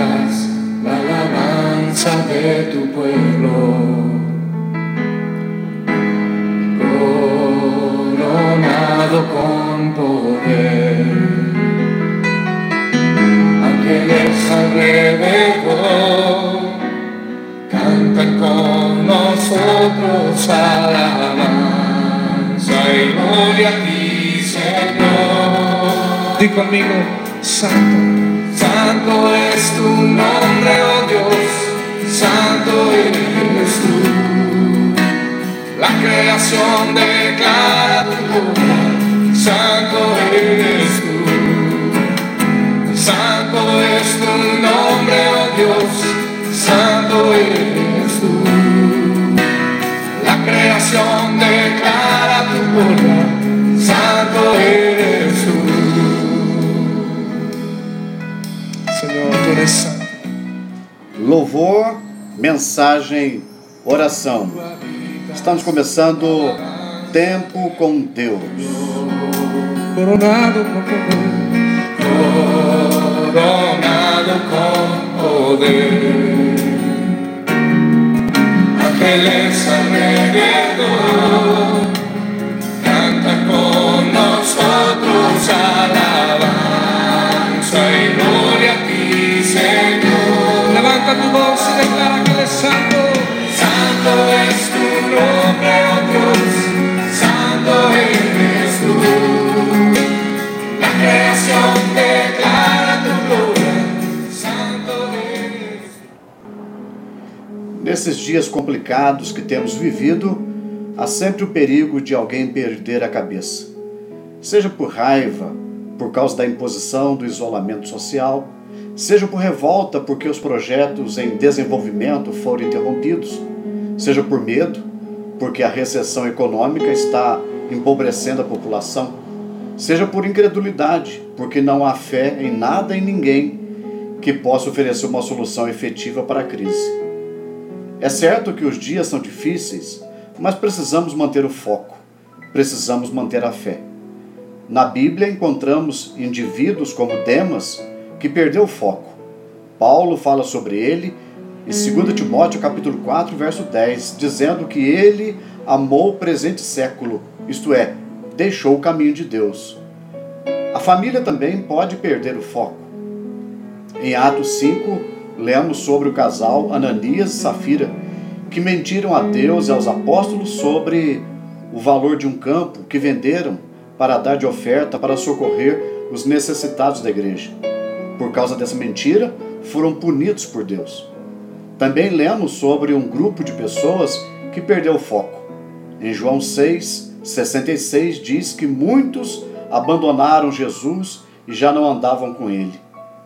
serás la alabanza de tu pueblo. Coronado con poder, ángeles alrededor cantan con nosotros alabanza y gloria a ti, Señor. Di conmigo, santo. Santo es tu nombre, oh Dios, santo eres tú. La creación declara tu gloria, santo eres tú. Santo es tu nombre, oh Dios, santo eres tú. La creación declara tu gloria, santo eres tú. Senhor, tu eres santo. Louvor, mensagem, oração. Estamos começando Tempo com Deus. Coronado com poder. Coronado con poder, ángeles alrededor cantan con nosotros alabanza y gloria a ti, Señor. Levanta tu voz y declara que Él es santo. Santo es tu nombre, oh Dios, santo eres tú. La creación declara tu gloria, santo eres tú. Nesses dias complicados que temos vivido, há sempre o perigo de alguém perder a cabeça. Seja por raiva, por causa da imposição do isolamento social, seja por revolta porque os projetos em desenvolvimento foram interrompidos, seja por medo, porque a recessão econômica está empobrecendo a população, seja por incredulidade, porque não há fé em nada e ninguém que possa oferecer uma solução efetiva para a crise. É certo que os dias são difíceis, mas precisamos manter o foco, precisamos manter a fé. Na Bíblia encontramos indivíduos como Demas, que perdeu o foco. Paulo fala sobre ele em 2 Timóteo capítulo 4, verso 10, dizendo que ele amou o presente século, isto é, deixou o caminho de Deus. A família também pode perder o foco. Em Atos 5, lemos sobre o casal Ananias e Safira, que mentiram a Deus e aos apóstolos sobre o valor de um campo que venderam para dar de oferta para socorrer os necessitados da igreja. Por causa dessa mentira, foram punidos por Deus. Também lemos sobre um grupo de pessoas que perdeu o foco. Em João 6:66 diz que muitos abandonaram Jesus e já não andavam com ele.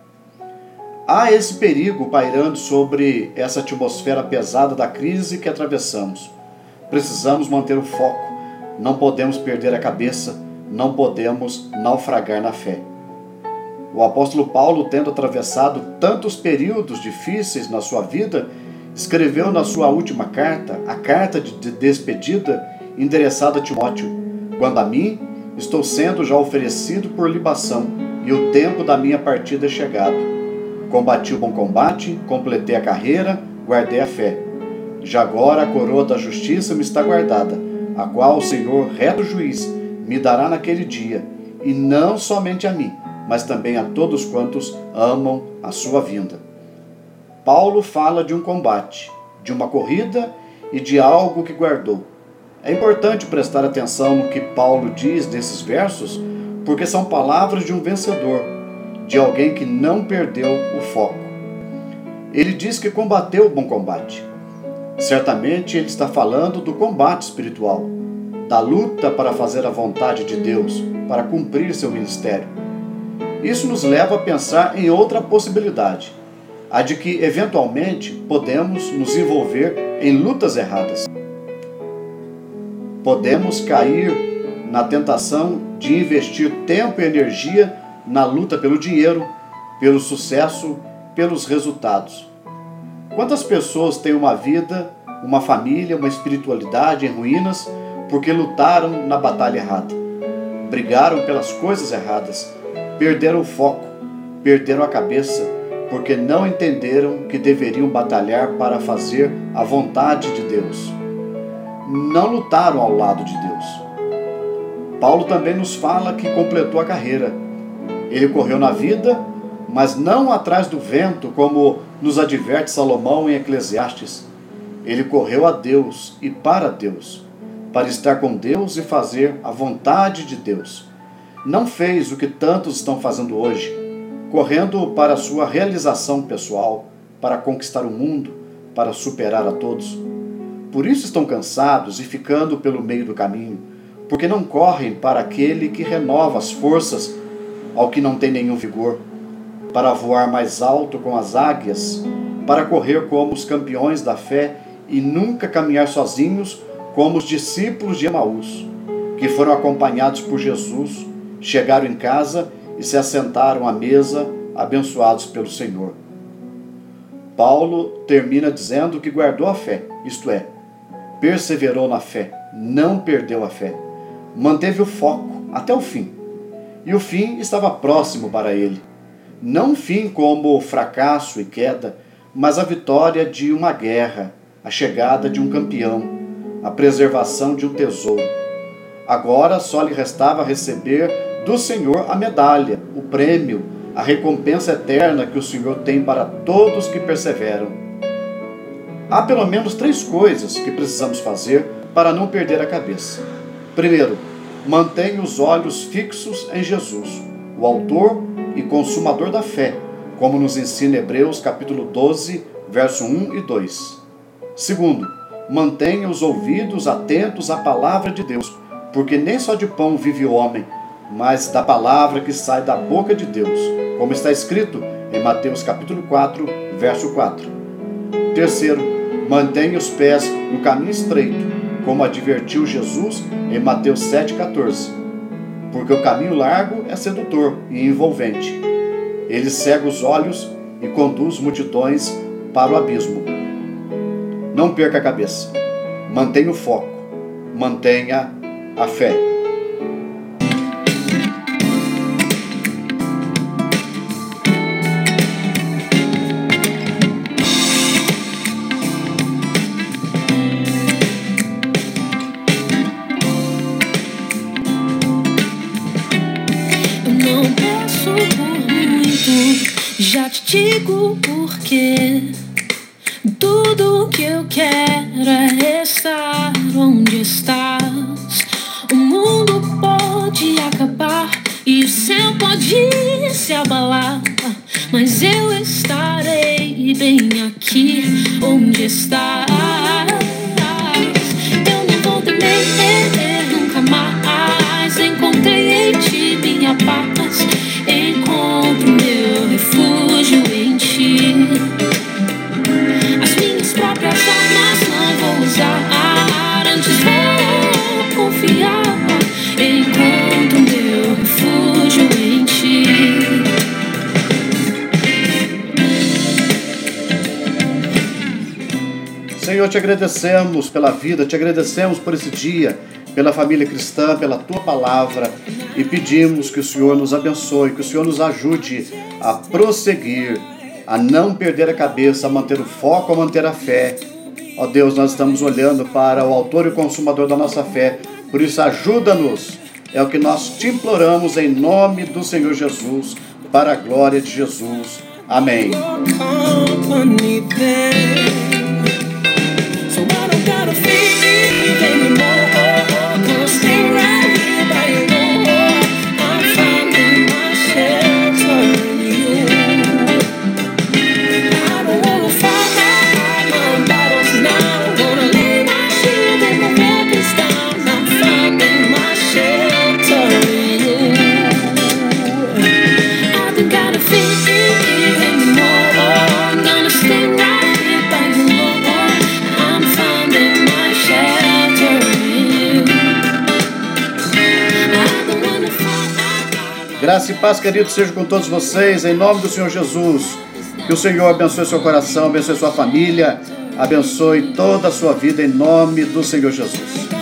Há esse perigo pairando sobre essa atmosfera pesada da crise que atravessamos. Precisamos manter o foco, não podemos perder a cabeça, não podemos naufragar na fé. O apóstolo Paulo, tendo atravessado tantos períodos difíceis na sua vida, escreveu na sua última carta, a carta de despedida endereçada a Timóteo: quando a mim, estou sendo já oferecido por libação, e o tempo da minha partida é chegado. Combati o bom combate, completei a carreira, guardei a fé. Já agora a coroa da justiça me está guardada, a qual o Senhor, reto juiz, me dará naquele dia, e não somente a mim, mas também a todos quantos amam a sua vinda. Paulo fala de um combate, de uma corrida e de algo que guardou. É importante prestar atenção no que Paulo diz nesses versos, porque são palavras de um vencedor, de alguém que não perdeu o foco. Ele diz que combateu o bom combate. Certamente ele está falando do combate espiritual, da luta para fazer a vontade de Deus, para cumprir seu ministério. Isso nos leva a pensar em outra possibilidade, a de que, eventualmente, podemos nos envolver em lutas erradas. Podemos cair na tentação de investir tempo e energia na luta pelo dinheiro, pelo sucesso, pelos resultados. Quantas pessoas têm uma vida, uma família, uma espiritualidade em ruínas porque lutaram na batalha errada, brigaram pelas coisas erradas, perderam o foco, perderam a cabeça, porque não entenderam que deveriam batalhar para fazer a vontade de Deus. Não lutaram ao lado de Deus. Paulo também nos fala que completou a carreira. Ele correu na vida, mas não atrás do vento, como nos adverte Salomão em Eclesiastes. Ele correu a Deus e para Deus, para estar com Deus e fazer a vontade de Deus. Não fez o que tantos estão fazendo hoje, correndo para a sua realização pessoal, para conquistar o mundo, para superar a todos. Por isso estão cansados e ficando pelo meio do caminho, porque não correm para aquele que renova as forças ao que não tem nenhum vigor, para voar mais alto com as águias, para correr como os campeões da fé e nunca caminhar sozinhos como os discípulos de Emaús, que foram acompanhados por Jesus, chegaram em casa e se assentaram à mesa, abençoados pelo Senhor. Paulo termina dizendo que guardou a fé, isto é, perseverou na fé, não perdeu a fé, manteve o foco até o fim. E o fim estava próximo para ele. Não um fim como fracasso e queda, mas a vitória de uma guerra, a chegada de um campeão, a preservação de um tesouro. Agora só lhe restava receber do Senhor a medalha, o prêmio, a recompensa eterna que o Senhor tem para todos que perseveram. Há pelo menos 3 coisas que precisamos fazer para não perder a cabeça. Primeiro, mantenha os olhos fixos em Jesus, o autor e consumador da fé, como nos ensina Hebreus capítulo 12, verso 1 e 2. Segundo, mantenha os ouvidos atentos à palavra de Deus, porque nem só de pão vive o homem, mas da palavra que sai da boca de Deus, como está escrito em Mateus capítulo 4, verso 4. Terceiro, mantenha os pés no caminho estreito, como advertiu Jesus em Mateus 7,14. Porque o caminho largo é sedutor e envolvente. Ele cega os olhos e conduz multidões para o abismo. Não perca a cabeça. Mantenha o foco. Mantenha a fé. Já te digo porque tudo que eu quero é estar onde estás. O mundo pode acabar e o céu pode se abalar, mas eu estarei bem aqui onde estás. Eu não vou temer nunca mais. Encontrei em ti minha paz. Encontro meu refúgio em ti. As minhas próprias armas não vou usar, antes vou confiar. Encontro meu refúgio em ti. Senhor, te agradecemos pela vida, te agradecemos por esse dia, pela família cristã, pela tua palavra, e pedimos que o Senhor nos abençoe, que o Senhor nos ajude a prosseguir, a não perder a cabeça, a manter o foco, a manter a fé. Ó Deus, nós estamos olhando para o autor e o consumador da nossa fé, por isso ajuda-nos, é o que nós te imploramos em nome do Senhor Jesus, para a glória de Jesus. Amém. Graça e paz, queridos, seja com todos vocês, em nome do Senhor Jesus. Que o Senhor abençoe seu coração, abençoe sua família, abençoe toda a sua vida, em nome do Senhor Jesus.